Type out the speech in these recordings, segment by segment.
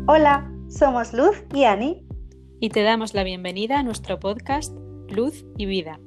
Hola, somos Luz y Ani. Y te damos la bienvenida a nuestro podcast Luz y Vida.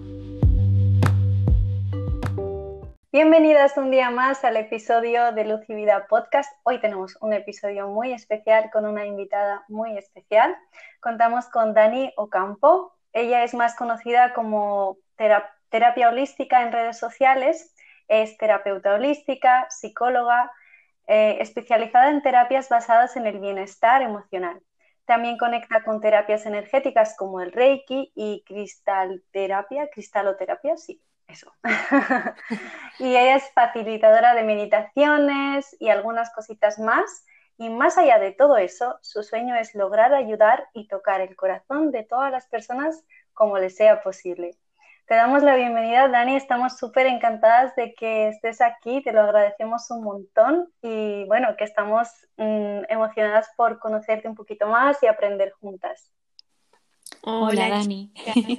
Bienvenidas un día más al episodio de Luz y Vida Podcast. Hoy tenemos un episodio muy especial con una invitada muy especial. Contamos con Dani Ocampo. Ella es más conocida como terapia holística en redes sociales. Es terapeuta holística, psicóloga, especializada en terapias basadas en el bienestar emocional. También conecta con terapias energéticas como el Reiki y cristaloterapia, sí, eso. Y ella es facilitadora de meditaciones y algunas cositas más. Y más allá de todo eso, su sueño es lograr ayudar y tocar el corazón de todas las personas como les sea posible. Te damos la bienvenida, Dani. Estamos súper encantadas de que estés aquí. Te lo agradecemos un montón. Y bueno, que estamos emocionadas por conocerte un poquito más y aprender juntas. Hola Dani.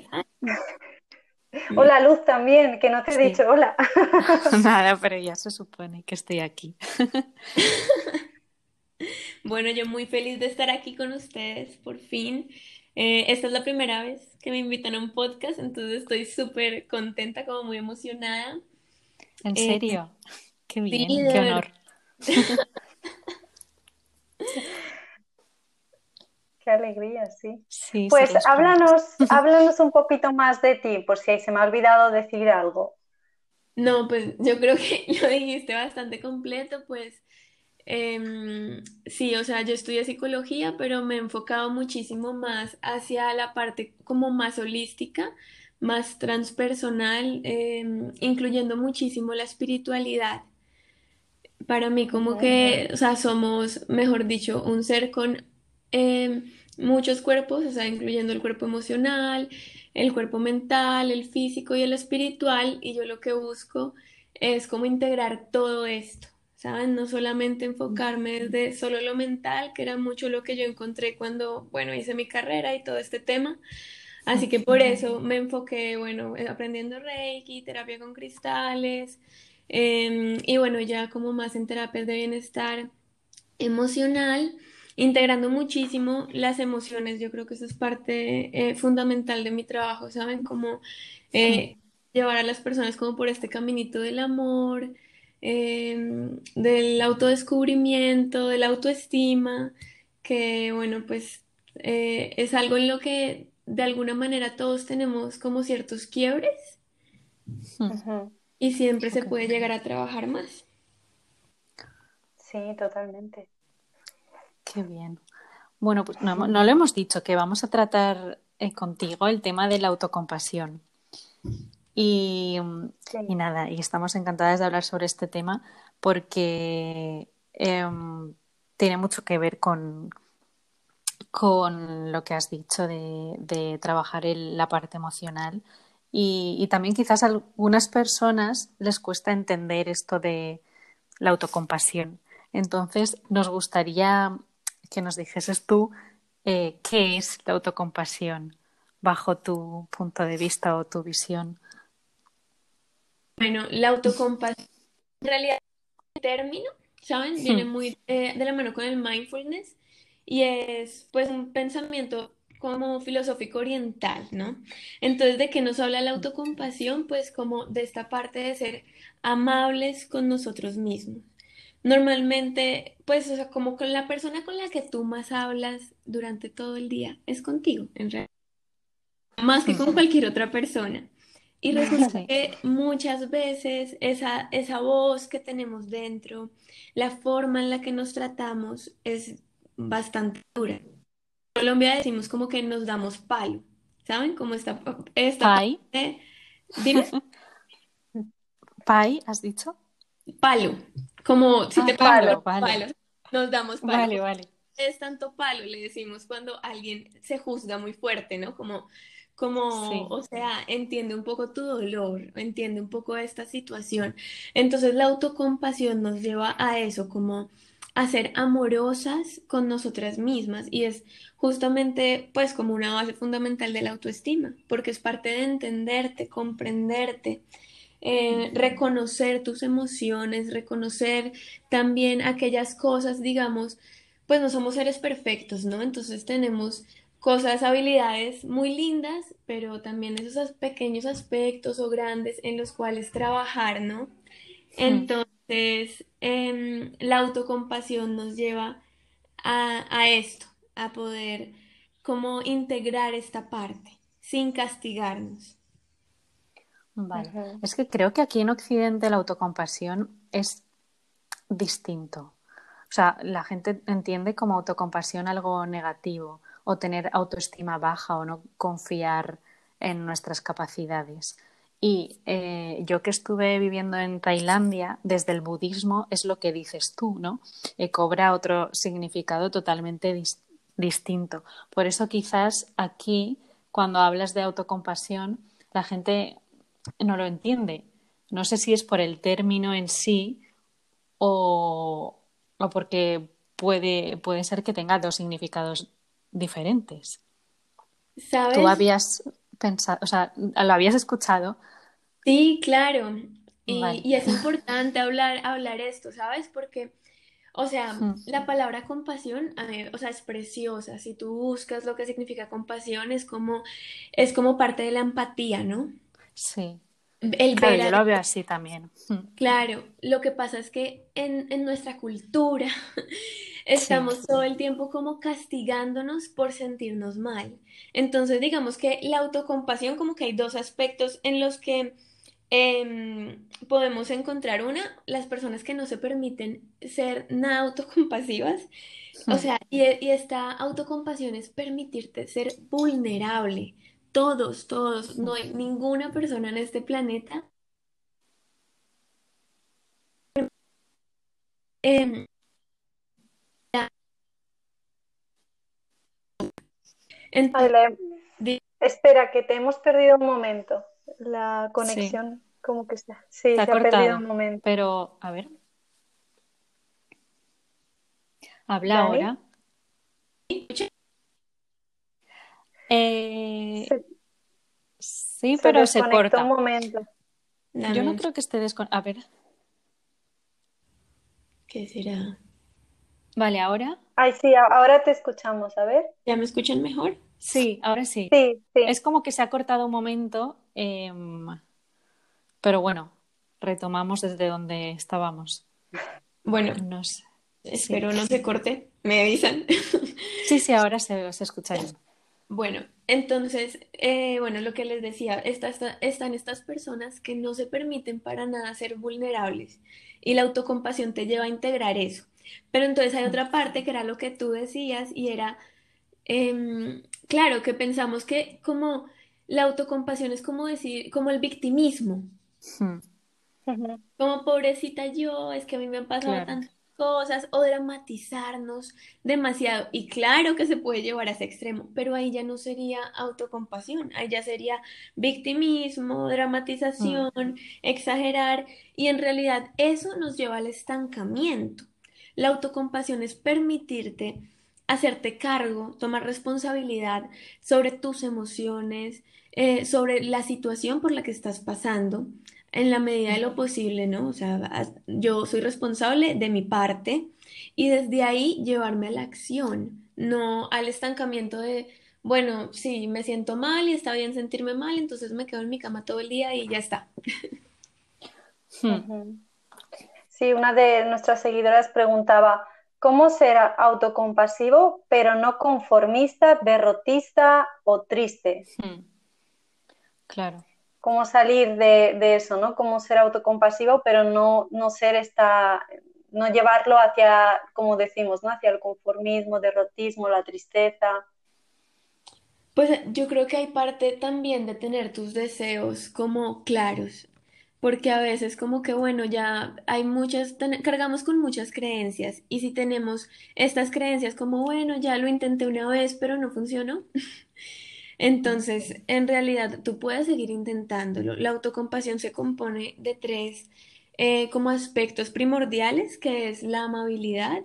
Hola Luz también, que no te he dicho hola. Nada, pero ya se supone que estoy aquí. Bueno, yo muy feliz de estar aquí con ustedes, por fin. Esta es la primera vez que me invitan a un podcast, entonces estoy súper contenta, como muy emocionada. ¿En serio? Qué Sí, bien, de qué verdad. honor. Qué alegría, sí. Sí, ser Pues las primeras. háblanos un poquito más de ti, por si se me ha olvidado decir algo. No, pues yo creo que lo dijiste bastante completo, pues sí, o sea, yo estudié psicología, pero me he enfocado muchísimo más hacia la parte como más holística, más transpersonal, incluyendo muchísimo la espiritualidad. Para mí como que, o sea, somos, mejor dicho, un ser con muchos cuerpos, o sea, incluyendo el cuerpo emocional, el cuerpo mental, el físico y el espiritual, y yo lo que busco es como integrar todo esto, ¿saben? No solamente enfocarme desde solo lo mental, que era mucho lo que yo encontré cuando, bueno, hice mi carrera y todo este tema. Así que por eso me enfoqué, bueno, aprendiendo Reiki, terapia con cristales, y bueno, ya como más en terapias de bienestar emocional, integrando muchísimo las emociones. Yo creo que eso es parte fundamental de mi trabajo, ¿saben? Como eh, llevar a las personas como por este caminito del amor, del autodescubrimiento, de la autoestima, que bueno, pues es algo en lo que de alguna manera todos tenemos como ciertos quiebres Ujú. y siempre se Ok. puede llegar a trabajar más. Sí, totalmente. Qué bien. Bueno, pues no lo hemos dicho, que vamos a tratar contigo el tema de la autocompasión. Y, y Sí. nada, y estamos encantadas de hablar sobre este tema porque tiene mucho que ver con lo que has dicho de trabajar la parte emocional y también quizás a algunas personas les cuesta entender esto de la autocompasión. Entonces, nos gustaría que nos dijeses tú qué es la autocompasión bajo tu punto de vista o tu visión. Bueno, la autocompasión en realidad el término, ¿saben? Viene muy de la mano con el mindfulness y es pues un pensamiento como filosófico oriental, ¿no? Entonces, ¿de qué nos habla la autocompasión? Pues como de esta parte de ser amables con nosotros mismos. Normalmente, pues, o sea, como con la persona con la que tú más hablas durante todo el día es contigo, en realidad, más que con cualquier otra persona. Y resulta Sí, que muchas veces esa voz que tenemos dentro, la forma en la que nos tratamos es bastante dura. En Colombia decimos como que nos damos palo, ¿saben? Como esta Pai, parte, dime, Pai, ¿has dicho? palo, como si Ah, te ponen palo, vale, palo, nos damos palo. vale, vale. Es tanto palo, le decimos cuando alguien se juzga muy fuerte, ¿no? Sí, O sea, entiende un poco tu dolor, entiende un poco esta situación. Entonces la autocompasión nos lleva a eso, como a ser amorosas con nosotras mismas y es justamente pues como una base fundamental de la autoestima, porque es parte de entenderte, comprenderte, reconocer tus emociones, reconocer también aquellas cosas, digamos, pues no somos seres perfectos, ¿no? Entonces tenemos cosas, habilidades muy lindas, pero también esos pequeños aspectos o grandes en los cuales trabajar, ¿no? Hmm. Entonces, la autocompasión nos lleva a esto, a poder como integrar esta parte sin castigarnos. Vale. Ujú. Es que creo que aquí en Occidente la autocompasión es distinto. O sea, la gente entiende como autocompasión algo negativo o tener autoestima baja o no confiar en nuestras capacidades. Y yo que estuve viviendo en Tailandia, desde el budismo es lo que dices tú, ¿no? Cobra otro significado totalmente distinto. Por eso quizás aquí, cuando hablas de autocompasión, la gente no lo entiende. No sé si es por el término en sí o, o porque puede ser que tenga dos significados diferentes. Tú ¿Sabes? habías pensado, o sea, lo habías escuchado. Sí, claro. Vale. Y es importante hablar esto, ¿sabes? Porque, o sea, Hmm. la palabra compasión, o sea, es preciosa. Si tú buscas lo que significa compasión, es como parte de la empatía, ¿no? Sí, El claro, ver yo a... lo veo así también. Hmm. Claro, lo que pasa es que en nuestra cultura Sí. estamos todo el tiempo como castigándonos por sentirnos mal. Entonces, digamos que la autocompasión, como que hay dos aspectos en los que podemos encontrar una, las personas que no se permiten ser nada autocompasivas, o Hmm. sea, y esta autocompasión es permitirte ser vulnerable. Todos, no hay ninguna persona en este planeta. em, entonces, Adela, di- espera, que te hemos perdido un momento. La Sí, conexión, como que está. Sí, se ha se ha perdido un cortado. momento. Pero, a ver, habla ¿Dani? ahora. Eh, Se, sí, se pero se desconectó un corta. momento. Yo dame no un... creo que esté desconectado. A ver, ¿Qué será? vale, ahora. Ay, sí, ahora te escuchamos, a ver. ¿Ya me escuchan mejor? Sí, ahora sí. Sí, sí. Es como que se ha cortado un momento, pero bueno, retomamos desde donde estábamos. Bueno, No sé. Sí, espero no se corte, me avisan. sí, sí, ahora se escucha bien. Bueno, entonces, bueno, lo que les decía, están estas personas que no se permiten para nada ser vulnerables y la autocompasión te lleva a integrar eso. Pero entonces hay otra parte que era lo que tú decías y era, claro, que pensamos que como la autocompasión es como decir, como el victimismo. Mm, Ujú. Como pobrecita yo, es que a mí me han pasado claro. tantas cosas, o dramatizarnos demasiado. Y claro que se puede llevar a ese extremo, pero ahí ya no sería autocompasión, ahí ya sería victimismo, Mm, dramatización, exagerar, y en realidad eso nos lleva al estancamiento. La autocompasión es permitirte hacerte cargo, tomar responsabilidad sobre tus emociones, sobre la situación por la que estás pasando en la medida de lo posible, ¿no? O sea, yo soy responsable de mi parte y desde ahí llevarme a la acción, no al estancamiento de, bueno, sí, me siento mal y está bien sentirme mal, entonces me quedo en mi cama todo el día y ya está. mm. Ujú. Sí, una de nuestras seguidoras preguntaba, ¿cómo ser autocompasivo, pero no conformista, derrotista o triste? Mm, claro. ¿Cómo salir de eso, ¿no? ¿Cómo ser autocompasivo, pero no ser no llevarlo hacia, como decimos, ¿no? Hacia el conformismo, derrotismo, la tristeza. Pues yo creo que hay parte también de tener tus deseos como claros, porque a veces como que bueno, ya hay cargamos con muchas creencias y si tenemos estas creencias como bueno, ya lo intenté una vez pero no funcionó, entonces en realidad tú puedes seguir intentándolo. La autocompasión se compone de tres como aspectos primordiales, que es la amabilidad,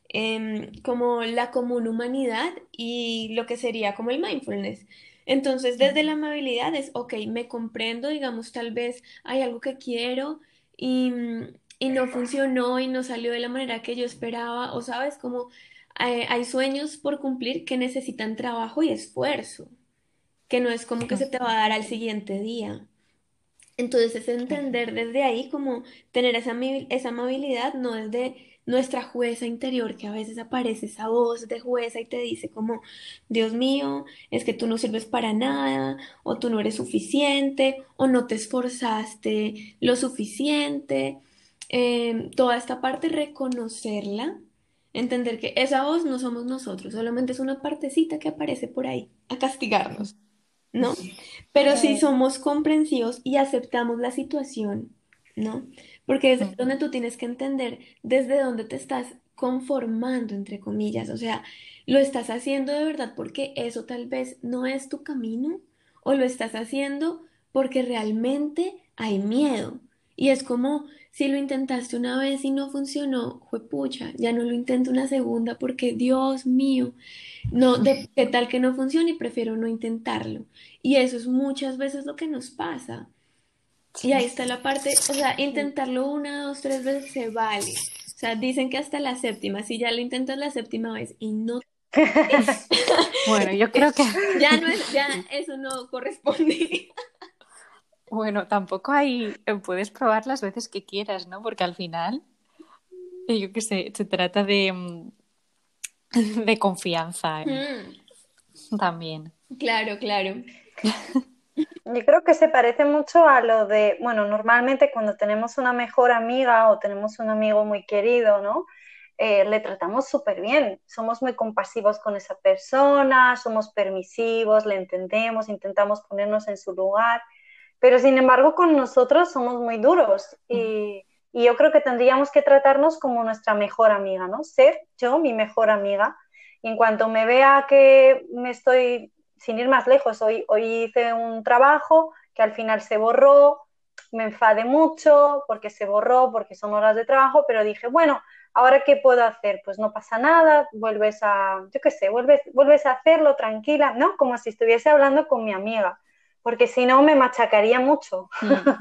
como la común humanidad y lo que sería como el mindfulness. Entonces, desde la amabilidad es, ok, me comprendo, digamos, tal vez hay algo que quiero y no funcionó y no salió de la manera que yo esperaba, o sabes, como Hay sueños por cumplir que necesitan trabajo y esfuerzo, que no es como que se te va a dar al siguiente día. Entonces es entender desde ahí como tener esa amabilidad, no desde nuestra jueza interior, que a veces aparece esa voz de jueza y te dice como, Dios mío, es que tú no sirves para nada, o tú no eres suficiente, o no te esforzaste lo suficiente. Toda esta parte, reconocerla, entender que esa voz no somos nosotros, solamente es una partecita que aparece por ahí a castigarnos, ¿no? Pero si Sí, somos comprensivos y aceptamos la situación, ¿no? Porque es donde tú tienes que entender desde dónde te estás conformando, entre comillas. O sea, ¿lo estás haciendo de verdad porque eso tal vez no es tu camino? ¿O lo estás haciendo porque realmente hay miedo? Y es como si lo intentaste una vez y no funcionó, juepucha, ya no lo intento una segunda porque Dios mío, no, de qué tal que no funcione y prefiero no intentarlo. Y eso es muchas veces lo que nos pasa. Y ahí está la parte, o sea, intentarlo una, dos, tres veces se vale. O sea, dicen que hasta la séptima, si ya lo intentas la séptima vez y no, Bueno, yo creo que, ya no es, ya eso no corresponde. bueno, tampoco hay, puedes probar las veces que quieras, ¿no? Porque al final, yo qué sé, se trata de, de confianza, Mm, también. claro, claro. yo creo que se parece mucho a lo de, bueno, normalmente cuando tenemos una mejor amiga o tenemos un amigo muy querido, ¿no? Le tratamos súper bien, somos muy compasivos con esa persona, somos permisivos, le entendemos, intentamos ponernos en su lugar, pero sin embargo con nosotros somos muy duros y yo creo que tendríamos que tratarnos como nuestra mejor amiga, ¿no? Ser yo mi mejor amiga y en cuanto me vea que me estoy, sin ir más lejos, hoy hice un trabajo que al final se borró, me enfadé mucho porque se borró, porque son horas de trabajo, pero dije, bueno, ¿ahora qué puedo hacer? Pues no pasa nada, vuelves a, yo qué sé, vuelves a hacerlo tranquila, ¿no? Como si estuviese hablando con mi amiga, porque si no me machacaría mucho. Mm,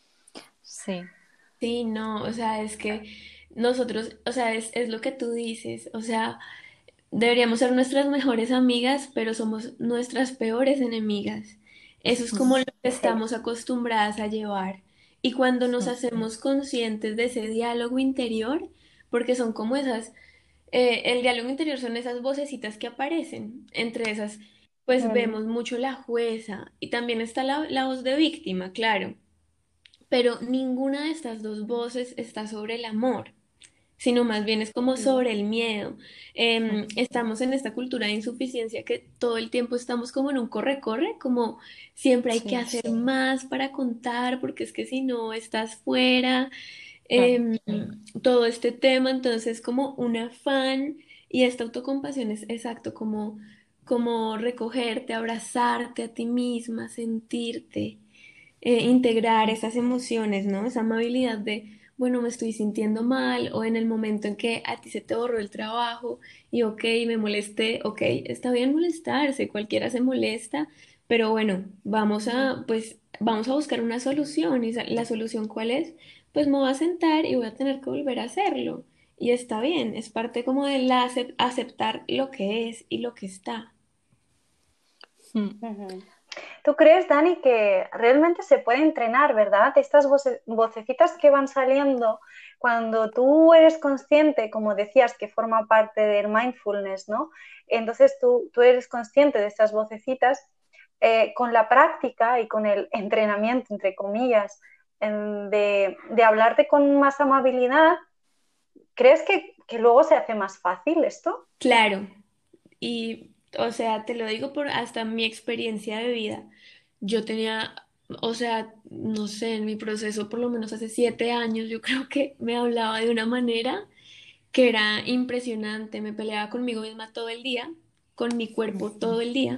sí. Sí, no, o sea, es que nosotros, o sea, es lo que tú dices, o sea, deberíamos ser nuestras mejores amigas, pero somos nuestras peores enemigas. Eso es como lo que Sí. estamos acostumbradas a llevar. Y cuando nos hacemos conscientes de ese diálogo interior, porque son como esas, el diálogo interior son esas vocecitas que aparecen. Entre esas, pues Mm, vemos mucho la jueza y también está la voz de víctima, claro. Pero ninguna de estas dos voces está sobre el amor, sino más bien es como mm, sobre el miedo. Estamos en esta cultura de insuficiencia que todo el tiempo estamos como en un corre-corre, como siempre hay que Sí, hacer más para contar, porque es que si no estás fuera, claro. em, todo este tema, entonces como un afán y esta autocompasión es exacto, como recogerte, abrazarte a ti misma, sentirte, integrar esas emociones, ¿no? Esa amabilidad de, bueno, me estoy sintiendo mal o en el momento en que a ti se te borró el trabajo y ok, me molesté, ok, está bien molestarse, cualquiera se molesta, pero bueno, pues, vamos a buscar una solución y la solución ¿cuál es? Pues me voy a sentar y voy a tener que volver a hacerlo. Y está bien, es parte como de aceptar lo que es y lo que está. Mm. ujú. ¿Tú crees, Dani, que realmente se puede entrenar, verdad? Estas vocecitas que van saliendo cuando tú eres consciente, como decías, que forma parte del mindfulness, ¿no? Entonces tú eres consciente de estas vocecitas con la práctica y con el entrenamiento, entre comillas, de hablarte con más amabilidad. ¿Crees que luego se hace más fácil esto? Claro, y, o sea, te lo digo por hasta mi experiencia de vida. Yo tenía, o sea, no sé, en mi proceso, por lo menos hace 7 años, yo creo que me hablaba de una manera que era impresionante. Me peleaba conmigo misma todo el día, con mi cuerpo todo el día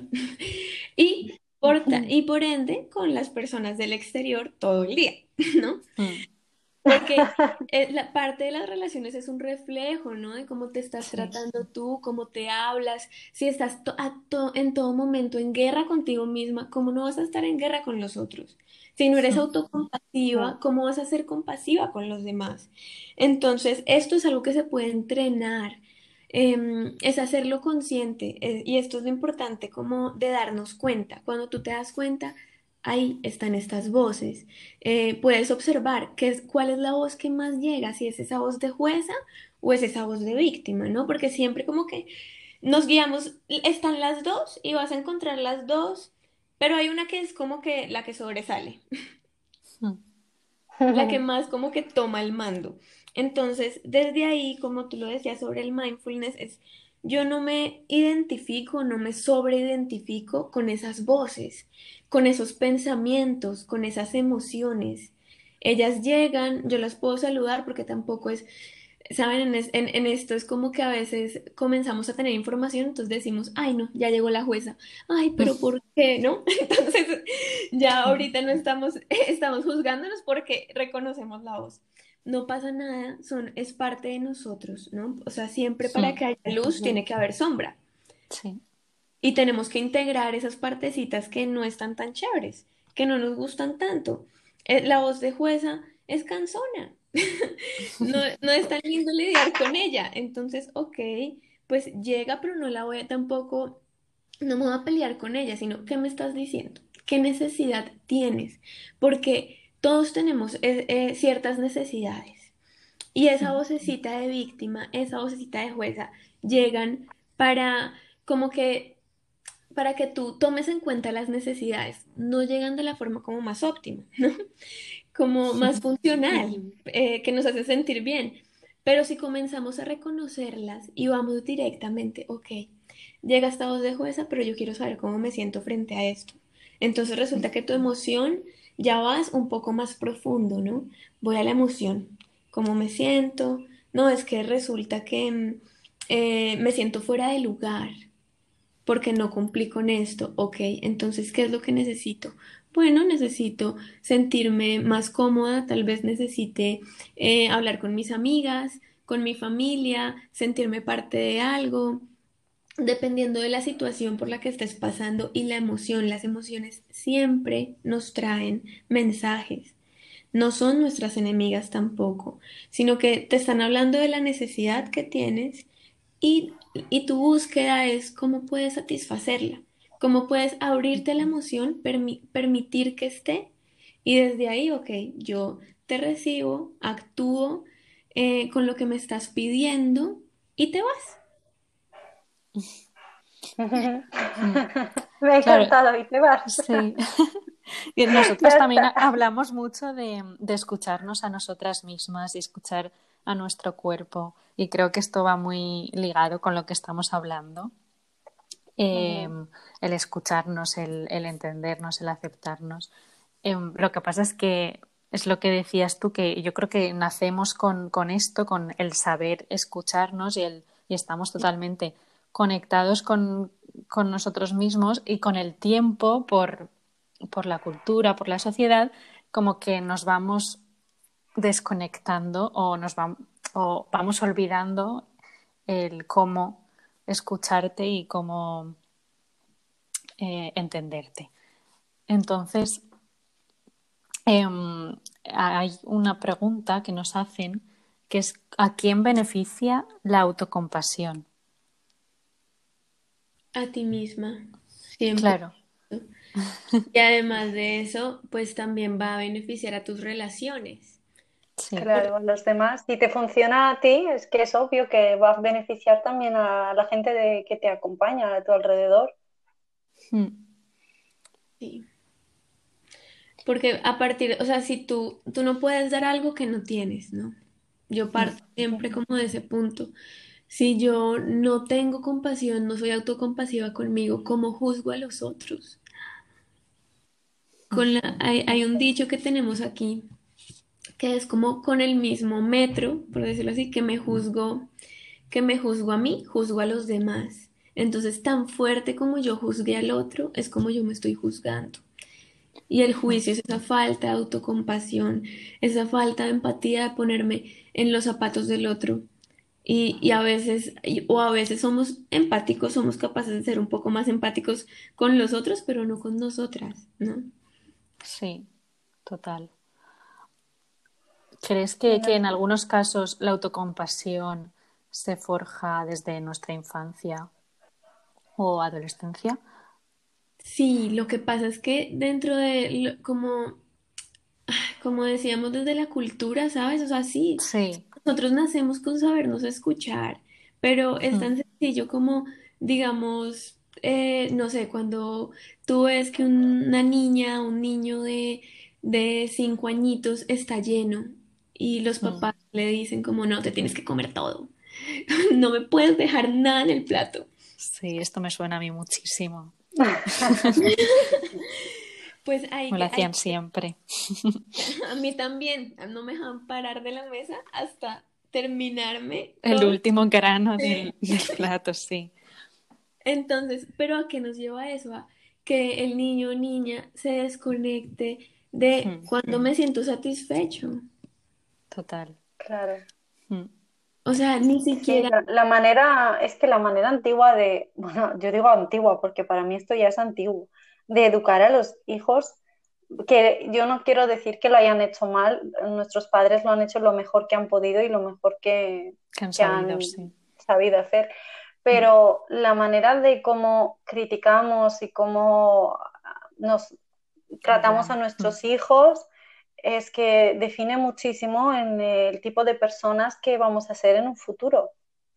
y y por ende con las personas del exterior todo el día, ¿no? Mm. Porque la parte de las relaciones es un reflejo, ¿no? De cómo te estás Sí, tratando tú, cómo te hablas. Si estás en todo momento en guerra contigo misma, ¿cómo no vas a estar en guerra con los otros? Si no eres autocompasiva, ¿cómo vas a ser compasiva con los demás? Entonces, esto es algo que se puede entrenar. es hacerlo consciente. Y esto es lo importante, como de darnos cuenta. Cuando tú te das cuenta, ahí están estas voces. Puedes observar cuál es la voz que más llega, si es esa voz de jueza o es esa voz de víctima, ¿no? Porque siempre como que nos guiamos, están las dos y vas a encontrar las dos, pero hay una que es como que la que sobresale, Mm. la que más como que toma el mando. Entonces, desde ahí, como tú lo decías sobre el mindfulness, yo no me identifico, no me sobreidentifico con esas voces, con esos pensamientos, con esas emociones. Ellas llegan, yo las puedo saludar porque tampoco es, saben, en esto es como que a veces comenzamos a tener información, entonces decimos, ay no, ya llegó la jueza, ay, pero ¿por qué? ¿No? Entonces ya ahorita no estamos, estamos juzgándonos porque reconocemos la voz. No pasa nada, es parte de nosotros, ¿no? O sea, siempre para Mm. que haya luz tiene que haber sombra. Sí. Y tenemos que integrar esas partecitas que no están tan chéveres, que no nos gustan tanto. La voz de jueza es cansona. No, no es tan lindo lidiar con ella. Entonces, ok, pues llega, pero no la voy a tampoco, no me voy a pelear con ella, sino ¿qué me estás diciendo? ¿Qué necesidad tienes? Porque todos tenemos ciertas necesidades. Y esa Mm. vocecita de víctima, esa vocecita de jueza, llegan para como que para que tú tomes en cuenta las necesidades. No llegan de la forma como más óptima, ¿no? Como más funcional, que nos hace sentir bien. Pero si comenzamos a reconocerlas y vamos directamente, ok, llega esta voz de jueza, pero yo quiero saber cómo me siento frente a esto. Entonces resulta que tu emoción ya vas un poco más profundo, ¿no? Voy a la emoción, cómo me siento. No, es que resulta que me siento fuera de lugar porque no cumplí con esto. Ok, entonces, ¿qué es lo que necesito? Bueno, necesito sentirme más cómoda, tal vez necesite hablar con mis amigas, con mi familia, sentirme parte de algo, dependiendo de la situación por la que estés pasando y la emoción. Las emociones siempre nos traen mensajes. No son nuestras enemigas tampoco, sino que te están hablando de la necesidad que tienes y tu búsqueda es cómo puedes satisfacerla, cómo puedes abrirte a la emoción, permitir que esté y desde ahí, ok, yo te recibo, actúo con lo que me estás pidiendo y te vas. Mm. Me ha Claro, encantado y te vas. sí. Y nosotras Ya también está. hablamos mucho de escucharnos a nosotras mismas y escuchar a nuestro cuerpo. Y creo que esto va muy ligado con lo que estamos hablando. Eh, Ujú. el escucharnos, el entendernos, el aceptarnos. Lo que pasa es que es lo que decías tú, que yo creo que nacemos con esto, con el saber escucharnos y estamos totalmente conectados con nosotros mismos y con el tiempo, por la cultura, por la sociedad, como que nos vamos desconectando o vamos olvidando el cómo escucharte y cómo entenderte. Entonces, hay una pregunta que nos hacen que es ¿a quién beneficia la autocompasión? A ti misma, siempre. Claro, Y además de eso, pues también va a beneficiar a tus relaciones. sí. Claro, los demás. Si te funciona a ti, es que es obvio que va a beneficiar también a la gente que te acompaña a tu alrededor. Mm. Sí. Porque a partir, o sea, si tú no puedes dar algo que no tienes, ¿no? Yo Mm. parto siempre como de ese punto. Si yo no tengo compasión, no soy autocompasiva conmigo, ¿cómo juzgo a los otros? Hay un dicho que tenemos aquí que es como con el mismo metro, por decirlo así, que me juzgo a mí, juzgo a los demás. Entonces, tan fuerte como yo juzgué al otro, es como yo me estoy juzgando. Y el juicio es esa falta de autocompasión, esa falta de empatía de ponerme en los zapatos del otro. Y a veces, o a veces somos empáticos, somos capaces de ser un poco más empáticos con los otros, pero no con nosotras, ¿no? Sí, total. ¿Crees que en algunos casos la autocompasión se forja desde nuestra infancia o adolescencia. Sí, lo que pasa es que dentro de, como decíamos, desde la cultura, ¿sabes? O sea, sí, Sí. nosotros nacemos con sabernos escuchar, pero es Mm, tan sencillo como, digamos, no sé, cuando tú ves que una niña, un niño de 5 añitos está lleno y los mm. papás le dicen como, no, te tienes que comer todo, no me puedes dejar nada en el plato. Sí, esto me suena a mí muchísimo. Pues Me lo hacían siempre. a mí también, no me dejan parar de la mesa hasta terminarme El todo. último grano del plato, sí. Entonces, ¿pero a qué nos lleva eso? A que el niño o niña se desconecte de Mm, cuando me siento satisfecho. total. Claro. Mm, O sea, ni Sí, siquiera, la manera, es que la manera antigua de, bueno, yo digo antigua porque para mí esto ya es antiguo, de educar a los hijos, que yo no quiero decir que lo hayan hecho mal, nuestros padres lo han hecho lo mejor que han podido y lo mejor que han que sabido, han sí. sabido hacer, Mm, pero la manera de cómo criticamos y cómo nos tratamos a hablan. Mm, nuestros hijos es que define muchísimo en el tipo de personas que vamos a ser en un futuro.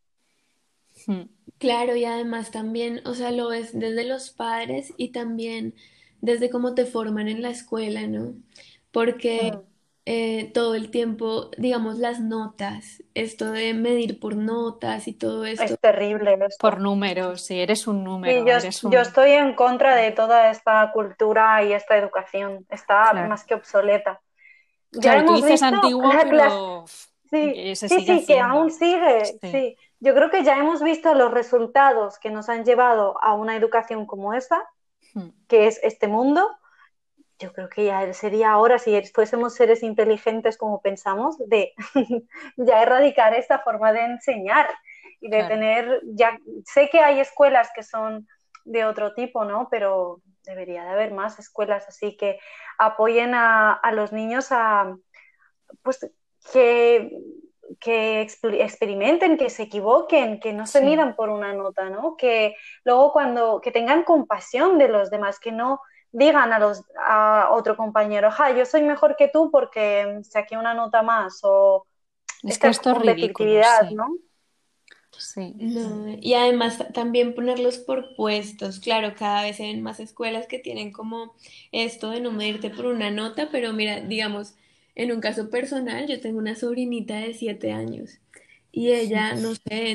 mm, claro, y además también, o sea, lo ves desde los padres y también desde cómo te forman en la escuela, ¿no? Porque Mm. todo el tiempo, digamos, las notas, esto de medir por notas y todo esto. Es terrible por esto. números, si eres un Sí, número, eres yo un... estoy en contra de toda esta cultura y esta educación. Está Claro. más que obsoleta. Ya Claro, tú hemos dices visto antiguo, la clase. pero Sí, que se sí, sigue sí, que aún haciendo. sigue, Sí. sí. Yo creo que ya hemos visto los resultados que nos han llevado a una educación como esa, Mm, que es este mundo. Yo creo que ya sería hora, si fuésemos seres inteligentes como pensamos, de ya erradicar esta forma de enseñar y de claro. tener, ya sé que hay escuelas que son de otro tipo, ¿no? Pero debería de haber más escuelas así que apoyen a los niños a, pues, que, que experimenten, que se equivoquen, que no se Sí. midan por una nota, ¿no? Que luego que tengan compasión de los demás, que no digan a otro compañero, ja, yo soy mejor que tú porque saqué una nota más, o Es que esta esto es ridículo, competitividad, sí. ¿no? Sí. No, y además también ponerlos por puestos. Claro, cada vez hay más escuelas que tienen como esto de no medirte por una nota, pero mira, digamos, en un caso personal, yo tengo una sobrinita de 7 años y ella, no sé,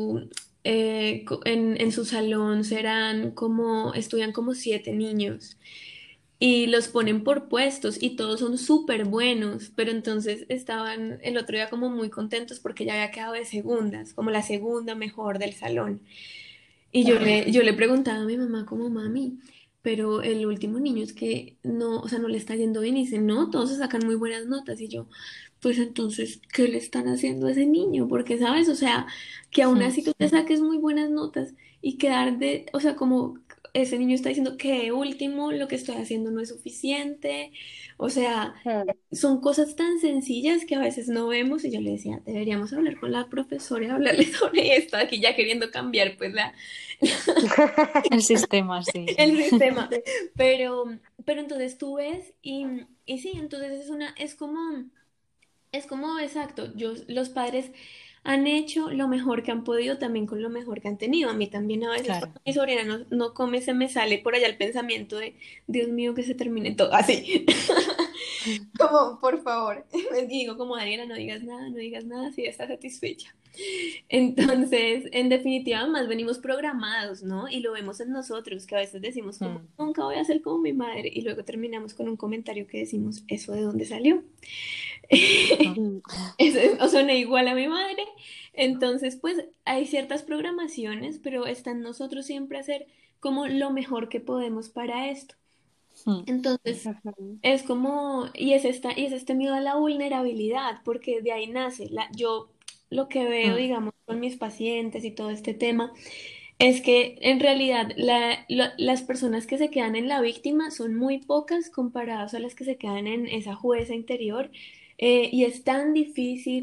en su salón estudian como 7 niños y los ponen por puestos y todos son súper buenos, pero entonces estaban el otro día como muy contentos porque ya había quedado de segundas, como la segunda mejor del salón. Y yo le preguntaba a mi mamá como mami, pero el último niño es que no, o sea, no le está yendo bien y dice, no, todos se sacan muy buenas notas y yo, pues entonces, ¿qué le están haciendo a ese niño? Porque, ¿sabes? O sea, que aún Mm, así tú te saques muy buenas notas y quedar de, o sea, como ese niño está diciendo que de último lo que estoy haciendo no es suficiente, o sea, Mm. son cosas tan sencillas que a veces no vemos y yo le decía, deberíamos hablar con la profesora y hablarle sobre esto, aquí ya queriendo cambiar pues el sistema, sí. el sistema. Pero, pero entonces tú ves y sí, entonces es como exacto, los padres han hecho lo mejor que han podido también con lo mejor que han tenido. A mí también a veces Claro. cuando mi sobrina no come se me sale por allá el pensamiento de, Dios mío, que se termine todo así. Como, por favor, les digo, como Daniela, no digas nada si ya estás satisfecha. Entonces, en definitiva, más venimos programados, ¿no? Y lo vemos en nosotros, que a veces decimos como, Mm, nunca voy a ser como mi madre, y luego terminamos con un comentario que decimos, ¿eso de dónde salió? ujú. O suena igual a mi madre. Entonces, pues hay ciertas programaciones, pero está en nosotros siempre hacer como lo mejor que podemos para esto. Mm, Entonces, es como, y es este miedo a la vulnerabilidad, porque de ahí nace. Yo lo que veo, mm, digamos, con mis pacientes y todo este tema, es que en realidad las personas que se quedan en la víctima son muy pocas comparadas a las que se quedan en esa jueza interior, y es tan difícil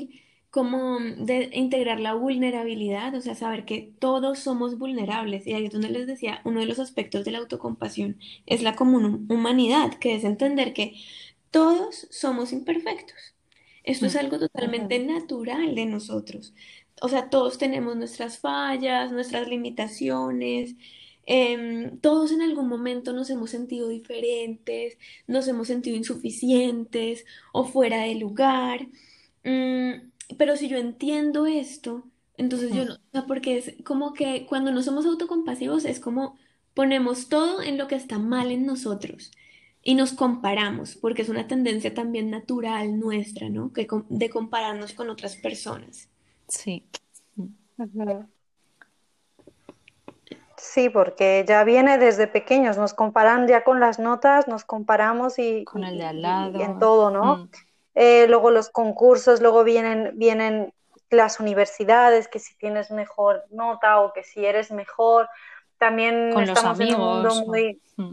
como de integrar la vulnerabilidad, o sea, saber que todos somos vulnerables. Y ahí es donde les decía, uno de los aspectos de la autocompasión es la común humanidad, que es entender que todos somos imperfectos. Esto es Mm. algo totalmente natural de nosotros. O sea, todos tenemos nuestras fallas, nuestras limitaciones. Todos en algún momento nos hemos sentido diferentes, nos hemos sentido insuficientes o fuera de lugar. Pero si yo entiendo esto, entonces yo Mm. no, o sea, porque es como que cuando no somos autocompasivos es como ponemos todo en lo que está mal en nosotros y nos comparamos, porque es una tendencia también natural nuestra, ¿no? De compararnos con otras personas. Sí. Mm. Ujú. Sí, porque ya viene desde pequeños, nos comparan ya con las notas, nos comparamos Con el de al y en lado. todo, ¿no? Mm. Luego los concursos, luego vienen las universidades, que si tienes mejor nota o que si eres mejor. También Con los estamos en un mundo amigos. muy. Mm.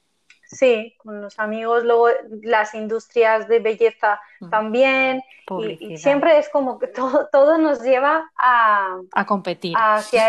Sí, con los amigos, luego las industrias de belleza Mm. también, y Publicidad. siempre es como que todo nos lleva A competir. hacia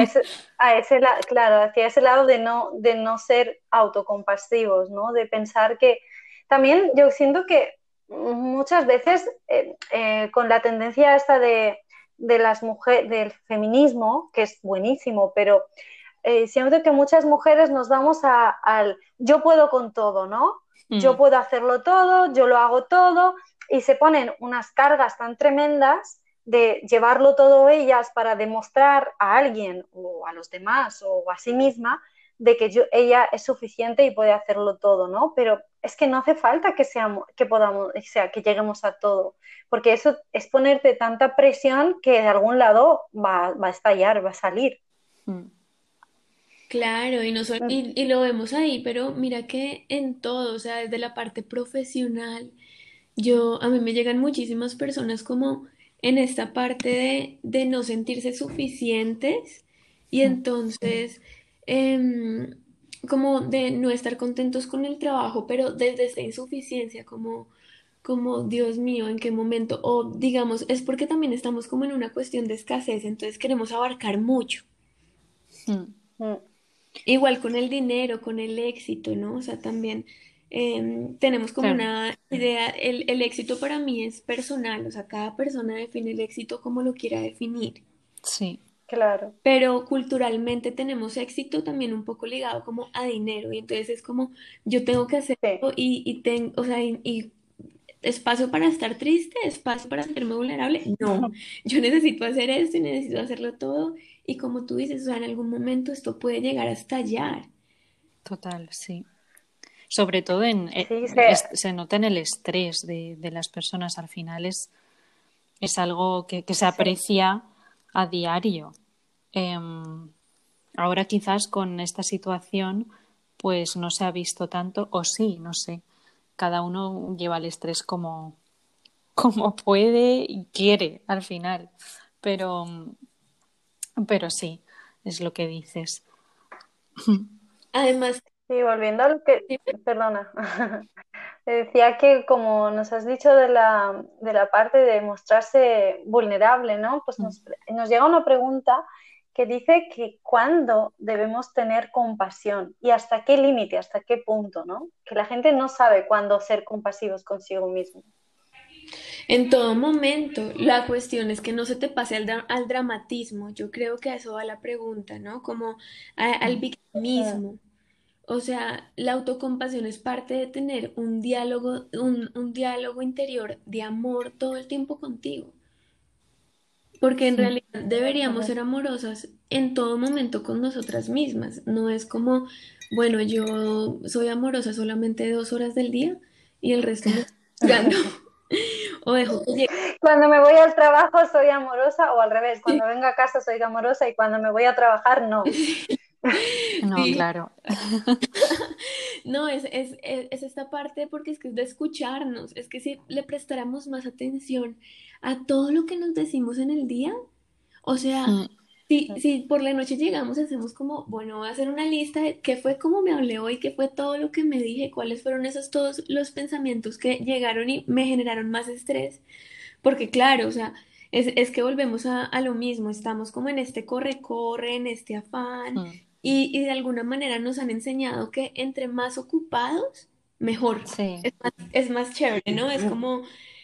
claro, hacia ese lado de no ser autocompasivos, ¿no? De pensar que también yo siento que muchas veces con la tendencia esta de las mujeres, del feminismo, que es buenísimo, pero siento que muchas mujeres nos vamos al yo puedo con todo, ¿no? Yo Mm. puedo hacerlo todo, yo lo hago todo, y se ponen unas cargas tan tremendas de llevarlo todo ellas para demostrar a alguien o a los demás o a sí misma de que ella es suficiente y puede hacerlo todo, ¿no? Pero es que no hace falta que podamos, o sea, que lleguemos a todo, porque eso es ponerte tanta presión que de algún lado va a estallar, va a salir. Mm. Claro, y, no sol- y lo vemos ahí, pero mira que en todo, o sea, desde la parte profesional, a mí me llegan muchísimas personas como en esta parte de no sentirse suficientes y Mm. entonces em, como de no estar contentos con el trabajo, pero desde esta insuficiencia, como Dios mío, ¿en qué momento? O digamos, es porque también estamos como en una cuestión de escasez, entonces queremos abarcar mucho. Mm. Mm. Igual con el dinero, con el éxito, ¿no? O sea, también tenemos como Claro. una idea, el éxito para mí es personal, o sea, cada persona define el éxito como lo quiera definir, Sí. Claro, pero culturalmente tenemos éxito también un poco ligado como a dinero, y entonces es como yo tengo que hacerlo sí. o sea, y espacio para estar triste, espacio para sentirme vulnerable, no, yo necesito hacer esto y necesito hacerlo todo, y como tú dices, o sea, en algún momento esto puede llegar a estallar. Total, sí. Sobre todo Sí, se nota en el estrés de las personas. Al final es algo que se sí. aprecia a diario. Em, Ahora quizás con esta situación pues no se ha visto tanto, o sí, no sé. Cada uno lleva el estrés como puede y quiere al final. Pero, pero sí, es lo que dices. Además, Sí, volviendo a lo que, sí, perdona, te decía que como nos has dicho de la parte de mostrarse vulnerable, ¿no? Pues nos llega una pregunta que dice que cuándo debemos tener compasión y hasta qué límite, hasta qué punto, ¿no? Que la gente no sabe cuándo ser compasivos consigo mismo. en todo momento, la cuestión es que no se te pase al dramatismo. Yo creo que a eso va la pregunta, ¿no? Como al Mm. victimismo. O sea, la autocompasión es parte de tener un diálogo interior de amor todo el tiempo contigo. Porque en realidad deberíamos Ujú. ser amorosas en todo momento con nosotras mismas. No es como, bueno, yo soy amorosa solamente 2 horas del día y el resto me estoy juzgando. O dejo que llegue. Cuando me voy al trabajo soy amorosa o al revés, cuando vengo a casa soy amorosa y cuando me voy a trabajar no. No, Sí, claro. no, es esta parte porque es que es de escucharnos, es que si le prestáramos más atención a todo lo que nos decimos en el día, o sea, si por la noche llegamos y hacemos como, bueno, voy a hacer una lista de qué fue cómo me hablé hoy, qué fue todo lo que me dije, cuáles fueron esos todos los pensamientos que llegaron y me generaron más estrés, porque claro, o sea, Es que volvemos a lo mismo, estamos como en este corre-corre, en este afán, Mm, y de alguna manera nos han enseñado que entre más ocupados, mejor. sí, Es más chévere, ¿no? Es como,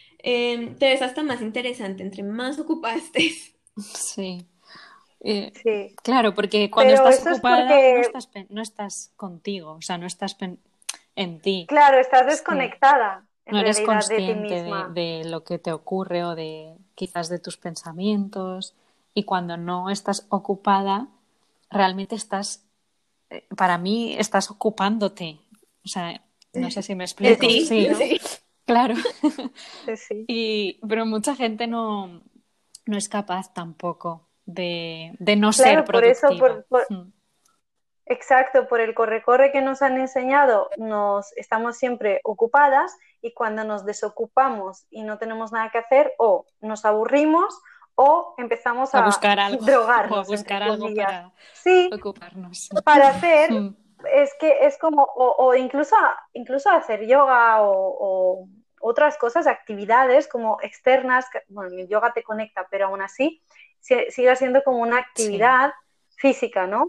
te ves hasta más interesante, entre más ocupada estés. sí. Eh, Sí, claro, porque cuando pero estás eso es ocupada porque, no estás contigo, o sea, no estás en ti. claro, estás Sí. desconectada en No eres realidad de ti consciente misma. de lo que te ocurre o de quizás de tus pensamientos. Y cuando no estás ocupada, realmente estás, para mí, estás ocupándote. O sea, no sé si me De explico. ti, Sí, ¿no? Sí. claro. Sí, sí. Pero mucha gente no es capaz tampoco de no ser Claro, por eso, productiva. Mm, exacto, por el corre-corre que nos han enseñado, nos estamos siempre ocupadas y cuando nos desocupamos y no tenemos nada que hacer, o nos aburrimos o empezamos A a buscar algo o a drogarnos, entre buscar algo comillas. para Sí, ocuparnos. para hacer, Mm, es que es como, o incluso hacer yoga o otras cosas, actividades como externas, bueno, el yoga te conecta, pero aún así sigue siendo como una sí. actividad física, ¿no?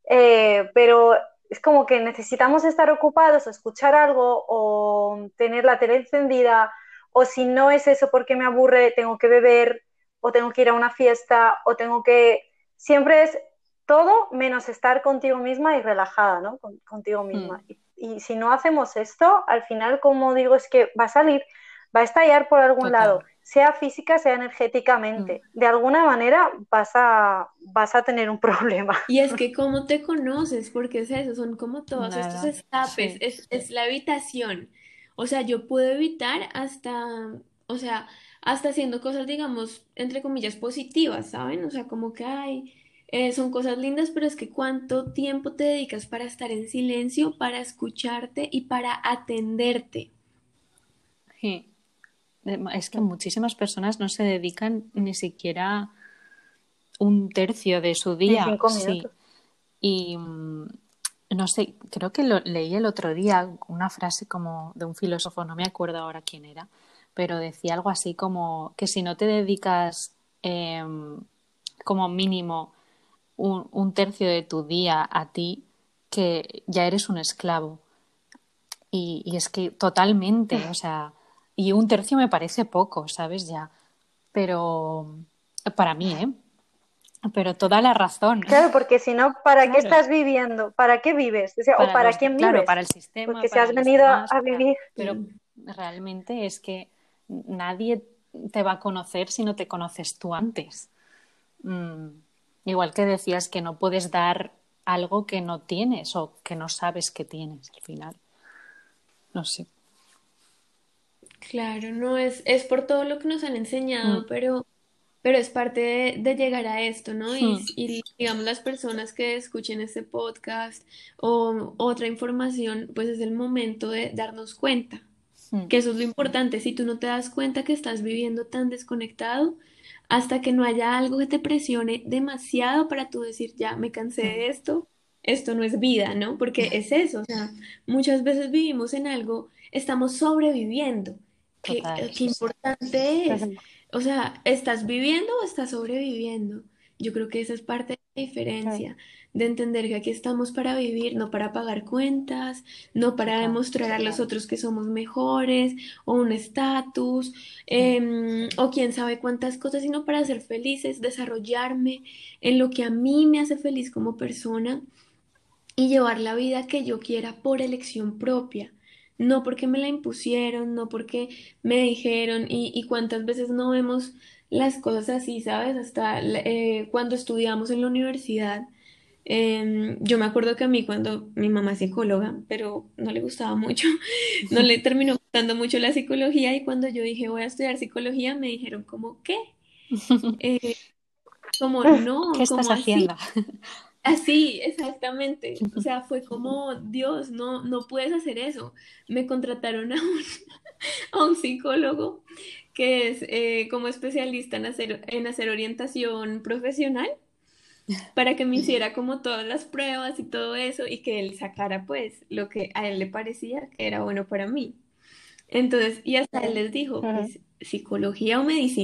Pero es como que necesitamos estar ocupados o escuchar algo o tener la tele encendida, o si no es eso porque me aburre, tengo que beber o tengo que ir a una fiesta o tengo que... Siempre es todo menos estar contigo misma y relajada, ¿no? Contigo Mm, misma. Y si no hacemos esto, al final, como digo, es que va a salir, va a estallar por algún total. lado, sea física, sea Mm, energéticamente. De alguna manera vas a tener un problema. Y es que cómo te conoces, porque es eso, son como todos estos nada. escapes, Sí. es la evitación. O sea, yo puedo evitar hasta, o sea, hasta haciendo cosas, digamos, entre comillas, positivas, ¿saben? O sea, como que hay, son cosas lindas, pero es que cuánto tiempo te dedicas para estar en silencio, para escucharte y para atenderte. Sí. Es que muchísimas personas no se dedican ni siquiera un tercio de su Ni día, cinco sí. minutos. Y no sé, creo que lo leí el otro día una frase como de un filósofo, no me acuerdo ahora quién era, pero decía algo así como que si no te dedicas como mínimo un tercio de tu día a ti, que ya eres un esclavo. Y es que totalmente, o sea, y un tercio me parece poco, ¿sabes? Ya, pero para mí, ¿eh? Pero toda la razón, Claro, porque si no, ¿para qué claro, estás viviendo? ¿Para qué vives? O sea, ¿o para para los, quién claro, vives? para el sistema, Porque si para has los venido demás, a vivir, pero realmente es que nadie te va a conocer si no te conoces tú antes. Mm, igual que decías que no puedes dar algo que no tienes o que no sabes que tienes al final. No sé. Claro, no es por todo lo que nos han Mm, enseñado, pero es parte de llegar a esto, ¿no? mm, Y digamos, las personas que escuchen este podcast o otra información, pues es el momento de darnos cuenta, mm, que eso es lo importante. Si tú no te das cuenta que estás viviendo tan desconectado, hasta que no haya algo que te presione demasiado para tú decir, ya, me cansé mm. de esto no es vida, ¿no? Porque es eso, o sea, muchas veces vivimos en algo, estamos sobreviviendo. Total, Qué sí, sí. importante es. O sea, ¿estás viviendo o estás sobreviviendo? Yo creo que esa es parte de la sí, diferencia, de entender que aquí estamos para vivir, no para pagar cuentas, no para Total. demostrar a los otros que somos mejores o un estatus, Mm, o quién sabe cuántas cosas, sino para ser felices, desarrollarme en lo que a mí me hace feliz como persona y llevar la vida que yo quiera por elección propia. No porque me la impusieron, no porque me dijeron, y cuántas veces no vemos las cosas así, ¿sabes? Hasta cuando estudiamos en la universidad. Yo me acuerdo que a mí cuando mi mamá es psicóloga, pero no le gustaba mucho, no le terminó gustando mucho la psicología y cuando yo dije voy a estudiar psicología me dijeron como, ¿qué? Eh, como ¿Qué no, estás como así. haciendo? Así, exactamente. O sea, fue como, Dios, no, no puedes hacer eso. Me contrataron a un psicólogo que es como especialista en hacer orientación profesional para que me hiciera como todas las pruebas y todo eso y que él sacara pues lo que a él le parecía que era bueno para mí. Entonces, y hasta él les dijo, pues, psicología o medicina.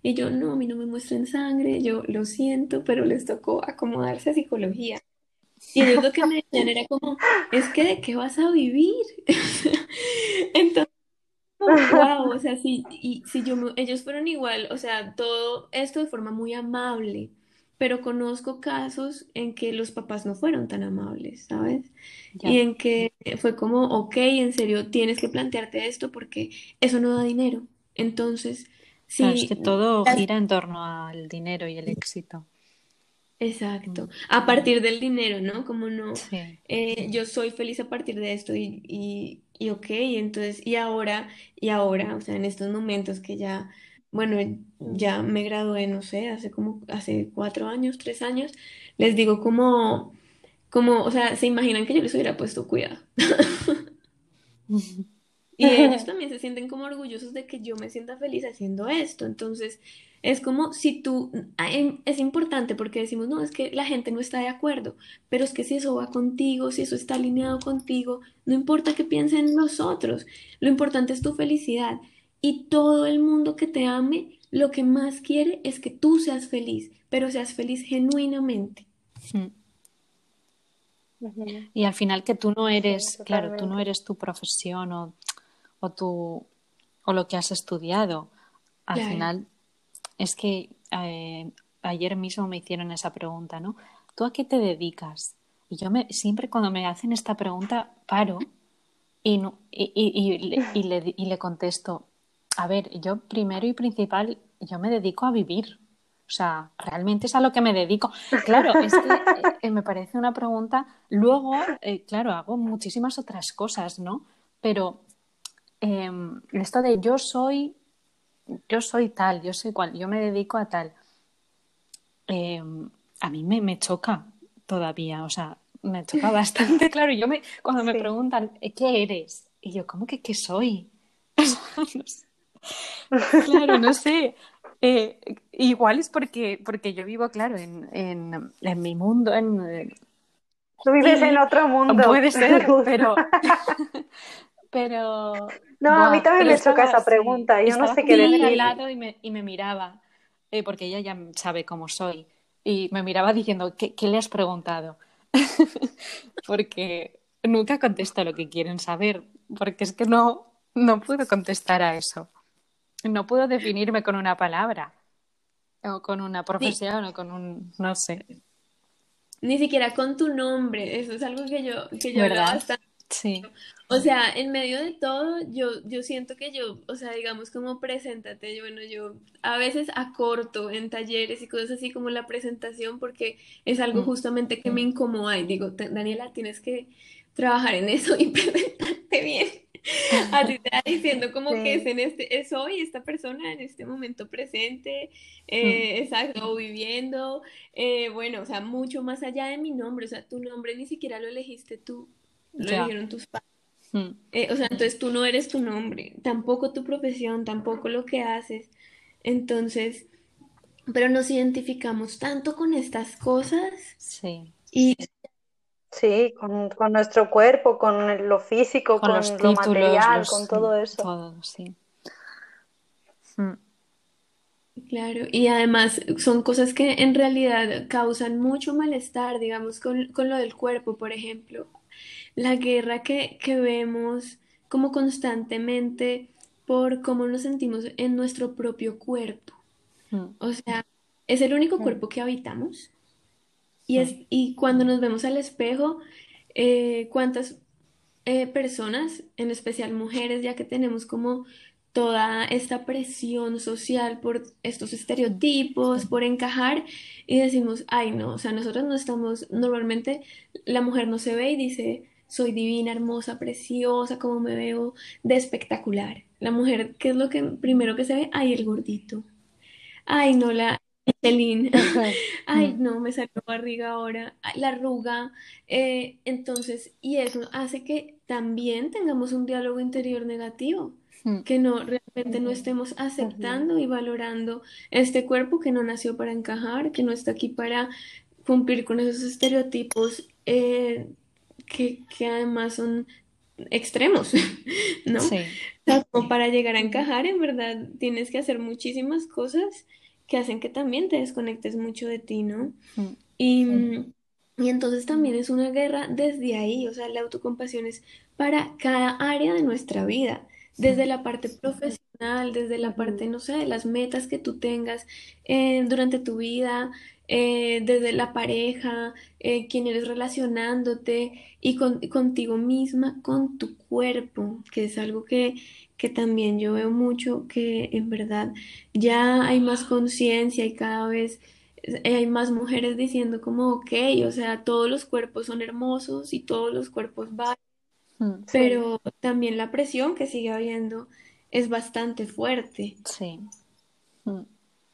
Y yo, no, a mí no me muestren sangre, yo lo siento, pero les tocó acomodarse a psicología. Y ellos lo que me decían era como, es que ¿de qué vas a vivir? Entonces, wow, o sea, sí, y si ellos fueron igual, o sea, todo esto de forma muy amable, pero conozco casos en que los papás no fueron tan amables, ¿sabes? Y Ya. en que fue como, ok, en serio, tienes que plantearte esto porque eso no da dinero. Entonces, Claro, es que sí, todo gira en torno al dinero y el éxito. exacto. Mm, A partir del dinero, ¿no? Como no, sí, yo soy feliz a partir de esto y ok, entonces, o sea, en estos momentos que ya, bueno, ya me gradué, no sé, hace 4 años, 3 años, les digo o sea, se imaginan que yo les hubiera puesto cuidado. Y ellos también se sienten como orgullosos de que yo me sienta feliz haciendo esto. Entonces, es como si es importante porque decimos, no, es que la gente no está de acuerdo, pero es que si eso va contigo, si eso está alineado contigo, no importa qué piensen los otros, lo importante es tu felicidad. Y todo el mundo que te ame, lo que más quiere es que tú seas feliz, pero seas feliz genuinamente. mm. Ujú. Y al final que tú no Sí, eres, claro, tú no totalmente. eres tu profesión o, o lo que has estudiado. Al Claro. final es que ayer mismo me hicieron esa pregunta, ¿no? ¿Tú a qué te dedicas? Y siempre cuando me hacen esta pregunta paro y, y le contesto, a ver, yo primero y principal, yo me dedico a vivir. O sea, realmente es a lo que me dedico. Claro, es que me parece una pregunta. Luego, claro, hago muchísimas otras cosas, ¿no? Pero esto de yo soy tal, yo soy cual, yo me dedico a tal, eh, a mí me choca todavía, o sea, me choca bastante, claro. Cuando me Sí. preguntan, ¿qué eres? Y yo, ¿cómo que qué soy? No sé. Claro, no sé. Igual es porque yo vivo, claro, en mi mundo, Tú vives en y otro mundo, puede ser, Luz. No, a mí también pero me choca esa pregunta. Yo no estaba sé con mi qué madre al decir. lado y me miraba, porque ella ya sabe cómo soy, y me miraba diciendo, ¿qué le has preguntado? Porque nunca contesto lo que quieren saber, porque es que no puedo contestar a eso. No puedo definirme con una palabra, o con una Sí, profesión, o con no sé, ni siquiera con tu nombre, eso es algo que yo hablaba ¿verdad? bastante. Sí. O sea, en medio de todo, yo siento que o sea, digamos como preséntate, yo a veces acorto en talleres y cosas así como la presentación porque es algo Mm, justamente que me incomoda y digo, Daniela, tienes que trabajar en eso y presentarte bien. Así te va diciendo como que Sí. es hoy esta persona en este momento presente, mm, exacto, o viviendo, bueno, o sea, mucho más allá de mi nombre, o sea, tu nombre ni siquiera lo elegiste tú, lo ya. eligieron tus padres. Mm, O sea, entonces tú no eres tu nombre, tampoco tu profesión, tampoco lo que haces. Entonces, pero nos identificamos tanto con estas cosas sí. y Sí, con nuestro cuerpo, con lo físico, Con los con lo títulos, material, con todo eso. todo, sí. Mm, claro, y además son cosas que en realidad causan mucho malestar, digamos, con lo del cuerpo, por ejemplo. La guerra que vemos como constantemente por cómo nos sentimos en nuestro propio cuerpo. mm, O sea, es el único Mm. cuerpo que habitamos. mm, Y cuando nos vemos al espejo, ¿cuántas personas, en especial mujeres, ya que tenemos como toda esta presión social por estos mm, estereotipos, por encajar, y decimos, ay no, o sea, nosotros no estamos, normalmente la mujer no se ve y dice, soy divina, hermosa, preciosa, como me veo de espectacular. La mujer, ¿qué es lo que primero que se ve? Ay, el gordito. Ay, no, la Michelin. Ay, mm, no, me salió barriga ahora. Ay, la arruga. Entonces, y eso hace que también tengamos un diálogo interior negativo, mm, que no realmente no estemos Ujú. aceptando y valorando este cuerpo que no nació para encajar, que no está aquí para cumplir con esos estereotipos que además son extremos, ¿no? O Sí. sea, como para llegar a encajar, en verdad, tienes que hacer muchísimas cosas que hacen que también te desconectes mucho de ti, ¿no? Mm, Y, y entonces también es una guerra desde ahí, o sea, la autocompasión es para cada área de nuestra vida, desde mm, la parte profesional, desde la parte, Ujú. no sé, de las metas que tú tengas durante tu vida, desde la pareja, quién eres relacionándote y contigo misma, con tu cuerpo, que es algo que también yo veo mucho, que en verdad ya hay más conciencia y cada vez hay más mujeres diciendo como, ok, o sea, todos los cuerpos son hermosos y todos los cuerpos valen, mm, Sí. pero también la presión que sigue habiendo es bastante fuerte. sí. Mm,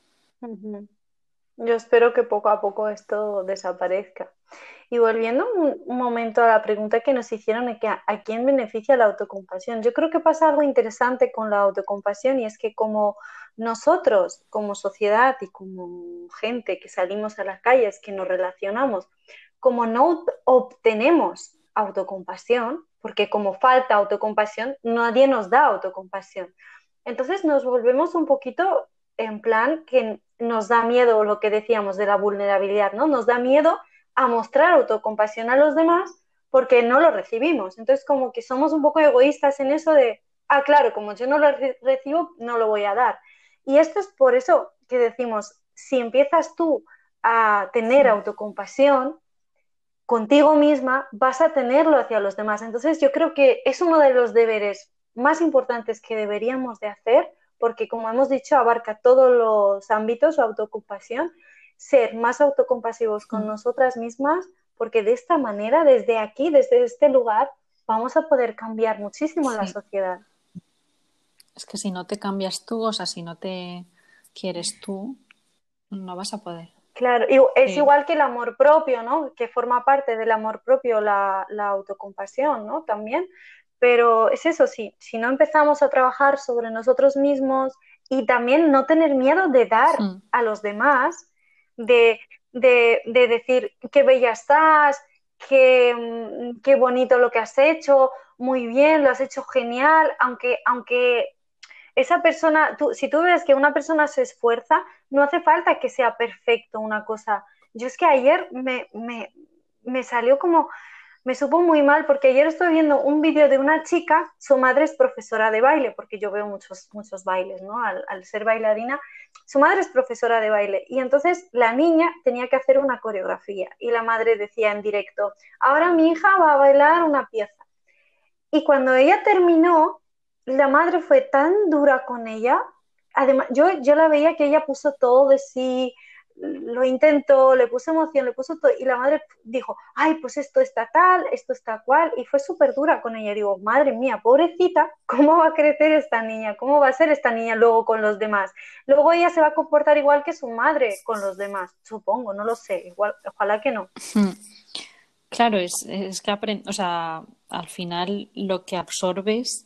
Ujú. Yo espero que poco a poco esto desaparezca. Y volviendo un momento a la pregunta que nos hicieron de que a quién beneficia la autocompasión, yo creo que pasa algo interesante con la autocompasión y es que como nosotros, como sociedad y como gente que salimos a las calles, que nos relacionamos, como no obtenemos autocompasión, porque como falta autocompasión, nadie nos da autocompasión. Entonces nos volvemos un poquito en plan que nos da miedo lo que decíamos de la vulnerabilidad, ¿no? Nos da miedo a mostrar autocompasión a los demás porque no lo recibimos. Entonces, como que somos un poco egoístas en eso de, ah, claro, como yo no lo recibo, no lo voy a dar. Y esto es por eso que decimos, si empiezas tú a tener mm, autocompasión contigo misma, vas a tenerlo hacia los demás. Entonces, yo creo que es uno de los deberes más importantes que deberíamos de hacer, porque como hemos dicho, abarca todos los ámbitos, la autoocupación, ser más autocompasivos con mm. nosotras mismas, porque de esta manera, desde aquí, desde este lugar, vamos a poder cambiar muchísimo la Sí. sociedad. Es que si no te cambias tú, o sea, si no te quieres tú, no vas a poder. Claro, y es Sí. igual que el amor propio, ¿no? Que forma parte del amor propio la autocompasión, ¿no? También. Pero es eso, sí, si no empezamos a trabajar sobre nosotros mismos y también no tener miedo de dar Mm, a los demás, de, de decir qué bella estás, qué bonito lo que has hecho, muy bien, lo has hecho genial, aunque esa persona, si tú ves que una persona se esfuerza, no hace falta que sea perfecto una cosa. Yo es que ayer me salió como, me supo muy mal porque ayer estoy viendo un vídeo de una chica, su madre es profesora de baile, porque yo veo muchos bailes, ¿no? Al ser bailarina, su madre es profesora de baile y entonces la niña tenía que hacer una coreografía y la madre decía en directo, ahora mi hija va a bailar una pieza. Y cuando ella terminó, la madre fue tan dura con ella. Además, yo la veía que ella puso todo de sí, lo intentó, le puso emoción, le puso todo. Y la madre dijo, ay, pues esto está tal, esto está cual. Y fue súper dura con ella. Digo, madre mía, pobrecita, ¿cómo va a crecer esta niña? ¿Cómo va a ser esta niña luego con los demás? Luego ella se va a comportar igual que su madre con los demás, supongo, no lo sé. Igual, ojalá que no. mm. Claro, es que o sea, al final lo que absorbes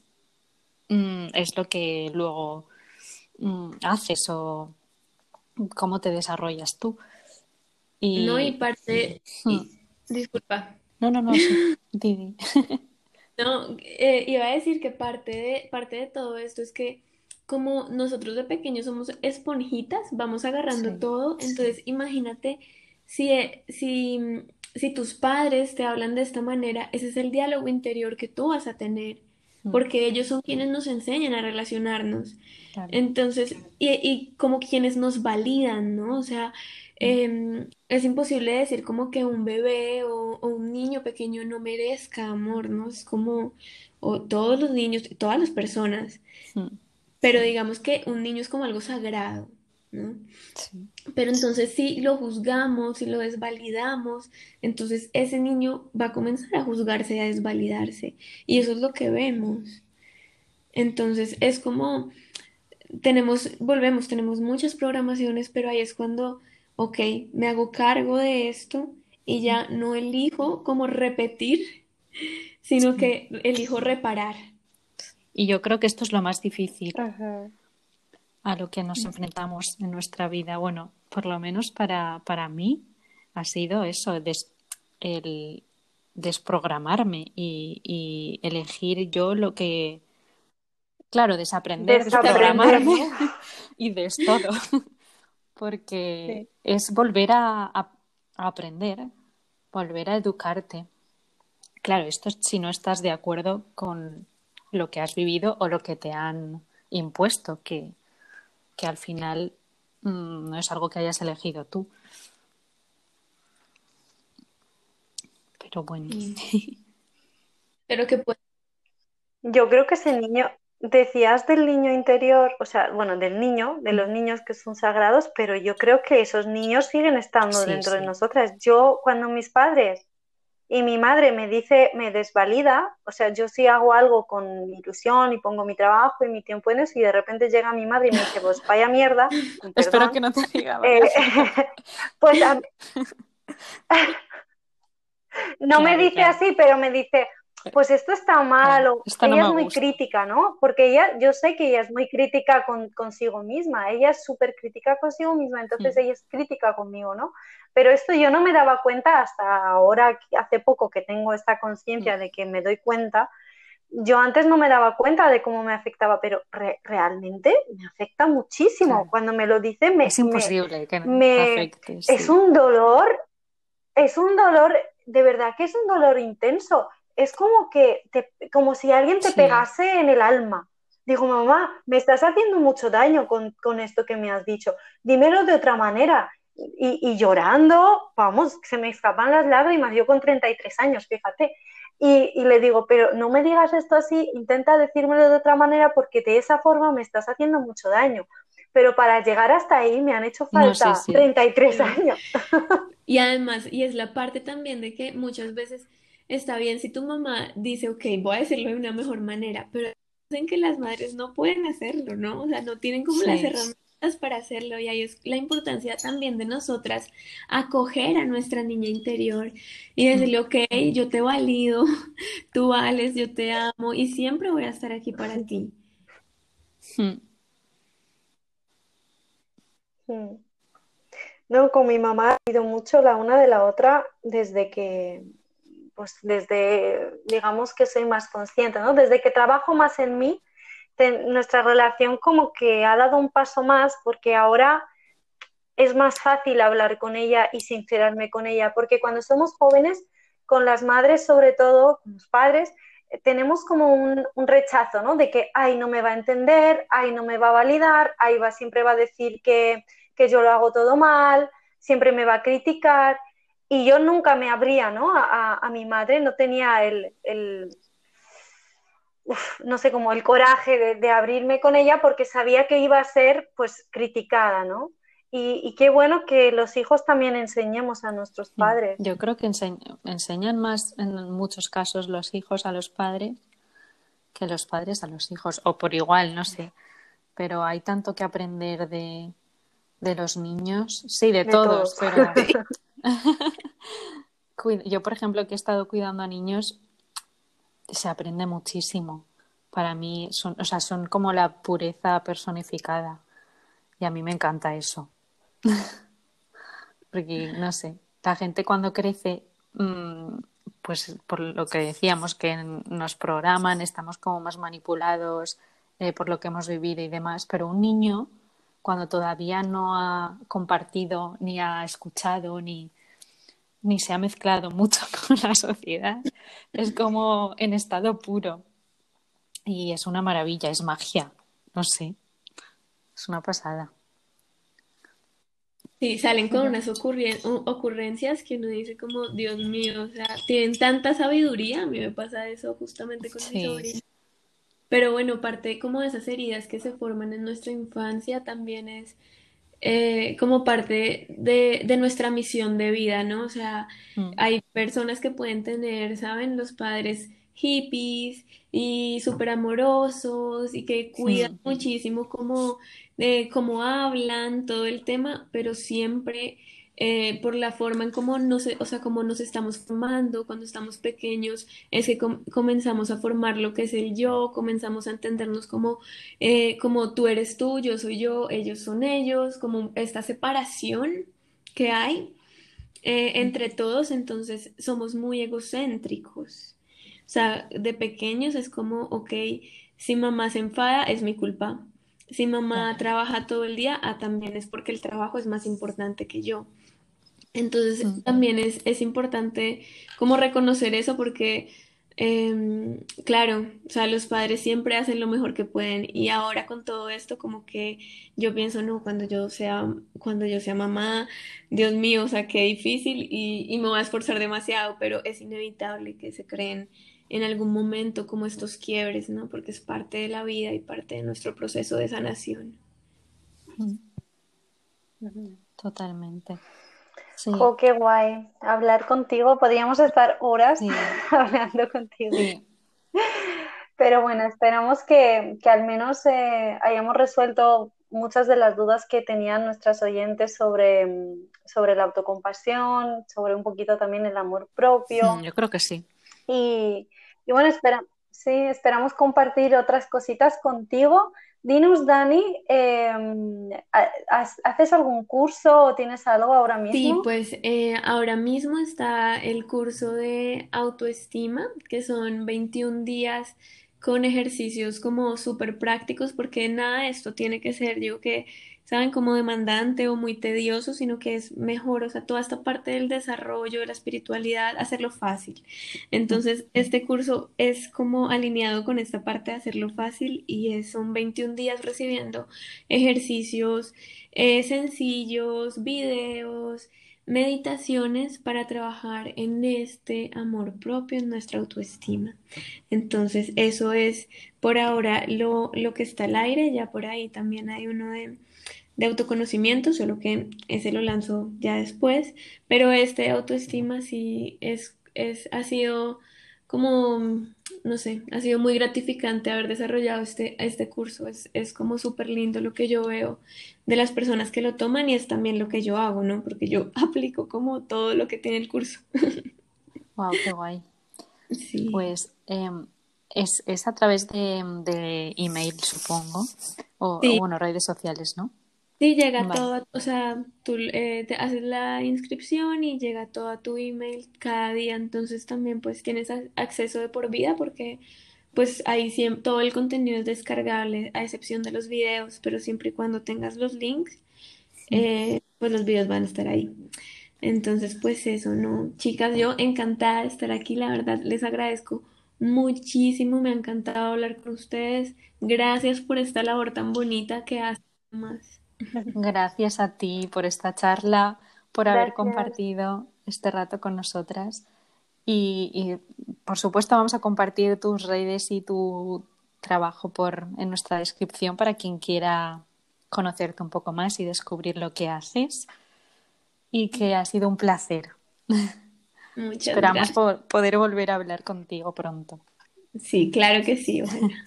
es lo que luego haces o cómo te desarrollas tú. ¿No? Y Y parte, mm, disculpa, no, no, no, sí, Didi. no, iba a decir que parte de todo esto es que como nosotros de pequeños somos esponjitas, vamos agarrando Sí, todo, entonces imagínate si tus padres te hablan de esta manera, ese es el diálogo interior que tú vas a tener, mm, porque ellos son quienes nos enseñan a relacionarnos. claro. Entonces, y como quienes nos validan, ¿no? O sea, Mm, es imposible decir como que un bebé o un niño pequeño no merezca amor, ¿no? Es como, o todos los niños, todas las personas, mm, pero digamos que un niño es como algo sagrado, ¿no? sí. Pero entonces si lo juzgamos, si lo desvalidamos, entonces ese niño va a comenzar a juzgarse y a desvalidarse. Y eso es lo que vemos. Entonces es como tenemos muchas programaciones, pero ahí es cuando, ok, me hago cargo de esto y Mm, ya no elijo como repetir, sino sí. que elijo reparar. Y yo creo que esto es lo más difícil Ujú. a lo que nos enfrentamos en nuestra vida. Bueno, por lo menos para mí ha sido eso, el desprogramarme y elegir yo lo que, claro, desaprender, Desaprender, desprogramarme ¿no? y des todo, porque Sí. es volver a aprender, volver a educarte. Claro, esto es si no estás de acuerdo con lo que has vivido o lo que te han impuesto, que al final no es algo que hayas elegido tú. Pero bueno, Sí. Pero que pues, Yo creo que ese niño, decías del niño interior, o sea, bueno, del niño, de los niños que son sagrados, pero yo creo que esos niños siguen estando sí, dentro de sí. nosotras. Yo, cuando mis padres y mi madre me dice, me desvalida, o sea, yo sí hago algo con ilusión y pongo mi trabajo y mi tiempo en eso y de repente llega mi madre y me dice, pues vaya mierda, con Espero que perdón, no te diga eh, vaya mierda. pues no me Claro, dice claro. así, pero me dice, pues esto está mal, o Esto no ella me es muy gusta. crítica, ¿no? Porque ella, yo sé que ella es muy crítica consigo misma, ella es súper crítica consigo misma, entonces Mm. ella es crítica conmigo, ¿no? Pero esto yo no me daba cuenta hasta ahora, hace poco que tengo esta Mm. conciencia de que me doy cuenta. Yo antes no me daba cuenta de cómo me afectaba, pero realmente me afecta muchísimo. Claro. Cuando me lo dice, Es imposible que no te me, afecte, es sí. un dolor, es un dolor, de verdad que es un dolor intenso. Es como como si alguien te Sí. pegase en el alma. Digo, mamá, me estás haciendo mucho daño con esto que me has dicho. Dímelo de otra manera. Y llorando, vamos, se me escapan las lágrimas. Yo con 33 años, fíjate. Y le digo, pero no me digas esto así, intenta decírmelo de otra manera porque de esa forma me estás haciendo mucho daño. Pero para llegar hasta ahí me han hecho No, sí, falta sí. 33 sí. años. Y además, y es la parte también de que muchas veces está bien si tu mamá dice, ok, voy a decirlo de una mejor manera, pero dicen que las madres no pueden hacerlo, ¿no? O sea, no tienen como las Sí. herramientas para hacerlo y ahí es la importancia también de nosotras acoger a nuestra niña interior y Mm. decirle, ok, yo te valido, tú vales, yo te amo y siempre voy a estar aquí para ti. Mm. No, con mi mamá ha ido mucho la una de la otra desde que, pues desde, digamos que soy más consciente, ¿no? Desde que trabajo más en mí, nuestra relación como que ha dado un paso más porque ahora es más fácil hablar con ella y sincerarme con ella, porque cuando somos jóvenes, con las madres sobre todo, con los padres, tenemos como un rechazo, ¿no? De que, ay, no me va a entender, ay, no me va a validar, ay, siempre va a decir que yo lo hago todo mal, siempre me va a criticar. Y yo nunca me abría, ¿no? A mi madre, no tenía no sé, como el coraje de abrirme con ella porque sabía que iba a ser pues criticada, ¿no? Y qué bueno que los hijos también enseñemos a nuestros Mm. padres. Yo creo que enseñan más en muchos casos los hijos a los padres que los padres a los hijos, o por igual, no sé. Pero hay tanto que aprender de los niños, sí, de De todos, todos. pero yo, por ejemplo, que he estado cuidando a niños, se aprende muchísimo. Para mí son, o sea, son como la pureza personificada y a mí me encanta eso, porque no sé, la gente cuando crece, pues por lo que decíamos, que nos programan, estamos como más manipulados por lo que hemos vivido y demás, pero un niño cuando todavía no ha compartido, ni ha escuchado, ni se ha mezclado mucho con la sociedad, es como en estado puro. Y es una maravilla, es magia. No sé, es una pasada. Sí, salen con unas ocurrencias que uno dice como, Dios mío, o sea, tienen tanta sabiduría, a mí me pasa eso justamente con mi Sí. sobrina. Pero bueno, parte como de esas heridas que se forman en nuestra infancia también es como parte de nuestra misión de vida, ¿no? O sea, Mm. hay personas que pueden tener, ¿saben? Los padres hippies y súper amorosos y que cuidan Mm. muchísimo cómo hablan, todo el tema, pero siempre por la forma en cómo nos, o sea, cómo nos estamos formando cuando estamos pequeños, es que comenzamos a formar lo que es el yo, comenzamos a entendernos como tú eres tú, yo soy yo, ellos son ellos, como esta separación que hay. entre todos, entonces somos muy egocéntricos. O sea, de pequeños es como, ok, si mamá se enfada, es mi culpa. Si mamá Claro. trabaja todo el día, también es porque el trabajo es más importante que yo. Entonces, Mm. también es importante como reconocer eso porque, claro, o sea, los padres siempre hacen lo mejor que pueden y ahora con todo esto como que yo pienso, no, cuando yo sea mamá, Dios mío, o sea, qué difícil y me voy a esforzar demasiado, pero es inevitable que se creen en algún momento como estos quiebres, ¿no? Porque es parte de la vida y parte de nuestro proceso de sanación. Mm. Ujú. Totalmente. Sí, Jo, qué guay hablar contigo. Podríamos estar horas sí, hablando contigo. sí. Pero bueno, esperamos que al menos hayamos resuelto muchas de las dudas que tenían nuestras oyentes sobre la autocompasión, sobre un poquito también el amor propio. Yo creo que sí. Y, y bueno, sí, esperamos compartir otras cositas contigo. Dinos, Dani, ¿haces algún curso o tienes algo ahora Sí, mismo? pues ahora mismo está el curso de autoestima, que son 21 días con ejercicios como súper prácticos, porque nada de esto tiene que ser, digo que, saben, como demandante o muy tedioso, sino que es mejor, o sea, toda esta parte del desarrollo, de la espiritualidad, hacerlo fácil. Mm. Entonces, este curso es como alineado con esta parte de hacerlo fácil y son 21 días recibiendo ejercicios sencillos, videos, meditaciones para trabajar en este amor propio, en nuestra autoestima. Entonces, eso es por ahora lo que está al aire, ya por ahí también hay uno de autoconocimiento, solo que ese lo lanzo ya después, pero este de autoestima sí ha sido como, no sé, ha sido muy gratificante haber desarrollado este curso, es como súper lindo lo que yo veo de las personas que lo toman y es también lo que yo hago, ¿no? Porque yo aplico como todo lo que tiene el curso. Wow, qué guay. Sí. Pues es a través de email, supongo, o Sí, bueno, redes sociales, ¿no? sí, llega Vale. todo, o sea, tú te haces la inscripción y llega todo a tu email cada día, entonces también pues tienes acceso de por vida porque pues ahí todo el contenido es descargable a excepción de los videos, pero siempre y cuando tengas los links, pues los videos van a estar ahí. Entonces pues eso, ¿no? Chicas, yo encantada de estar aquí, la verdad les agradezco muchísimo, me ha encantado hablar con ustedes, gracias por esta labor tan bonita que hacen más. Gracias a ti por esta charla, por haber Gracias. compartido este rato con nosotras. Por supuesto, vamos a compartir tus redes y tu trabajo en nuestra descripción para quien quiera conocerte un poco más y descubrir lo que haces. Y que ha sido un placer. Muchas Esperamos gracias. poder volver a hablar contigo pronto. Sí, claro que sí, ojalá.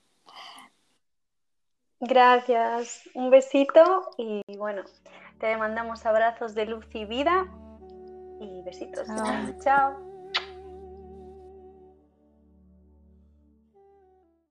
Gracias. Un besito y bueno, te mandamos abrazos de luz y vida y besitos. Chao. Chao.